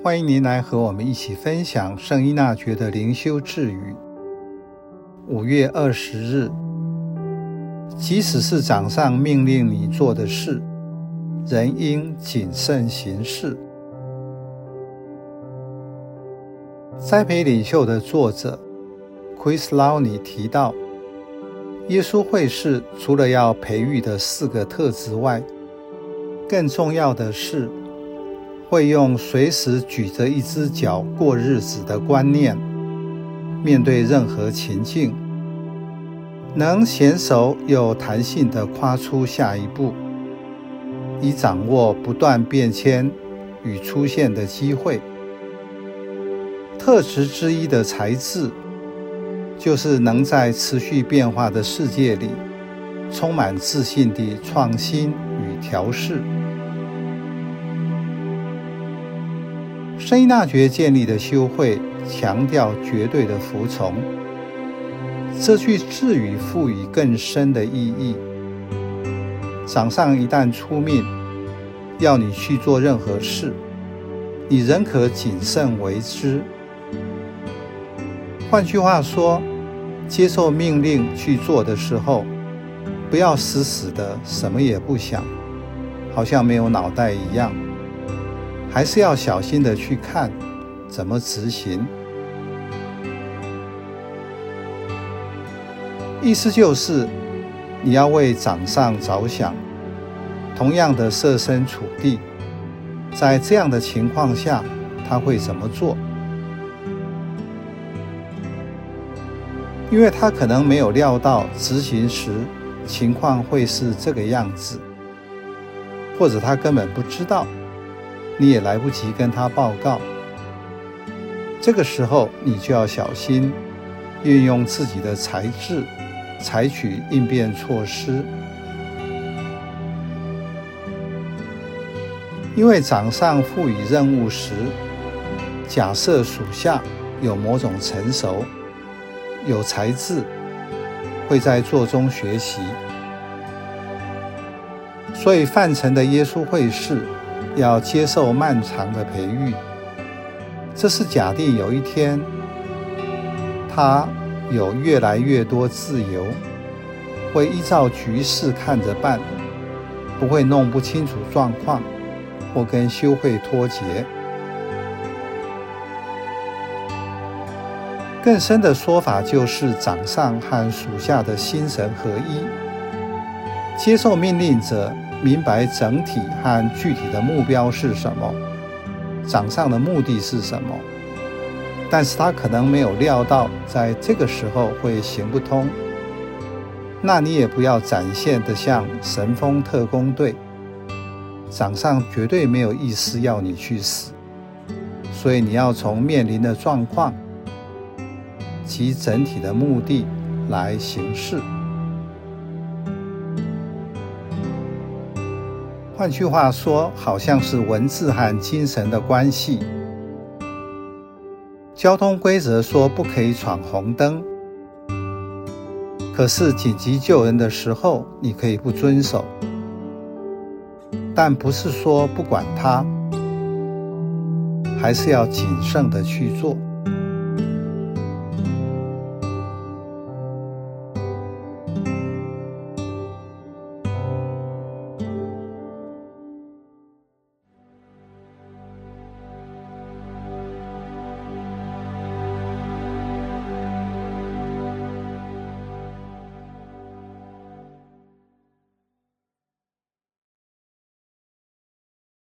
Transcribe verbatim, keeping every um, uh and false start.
欢迎您来和我们一起分享圣依纳爵的灵修智语。五月二十日，即使是长上命令你做的事，人应谨慎行事。栽培领袖的作者 Chris Lowney 提到，耶稣会士除了要培育的四个特质外，更重要的是会用随时举着一只脚过日子的观念，面对任何情境，能娴熟又弹性地跨出下一步，以掌握不断变迁与出现的机会。特质之一的才智，就是能在持续变化的世界里，充满自信地创新与调试。圣依纳爵建立的修会强调绝对的服从，这句智语赋予更深的意义。长上一旦出命，要你去做任何事，你仍可谨慎为之。换句话说，接受命令去做的时候，不要死死的什么也不想，好像没有脑袋一样，还是要小心的去看怎么执行。意思就是，你要为长上着想，同样的设身处地，在这样的情况下，他会怎么做？因为他可能没有料到执行时情况会是这个样子，或者他根本不知道，你也来不及跟他报告。这个时候你就要小心，运用自己的才智，采取应变措施。因为长上赋予任务时，假设属下有某种成熟，有才智，会在做中学习。所以范成的耶稣会士要接受漫长的培育，这是假定有一天他有越来越多自由，会依照局势看着办，不会弄不清楚状况或跟修会脱节。更深的说法就是长上和属下的心神合一，接受命令者明白整体和具体的目标是什么，长上的目的是什么，但是他可能没有料到在这个时候会行不通。那你也不要展现得像神风特工队，长上绝对没有意思要你去死，所以你要从面临的状况及整体的目的来行事。换句话说，好像是文字和精神的关系。交通规则说不可以闯红灯，可是紧急救人的时候你可以不遵守，但不是说不管它，还是要谨慎地去做。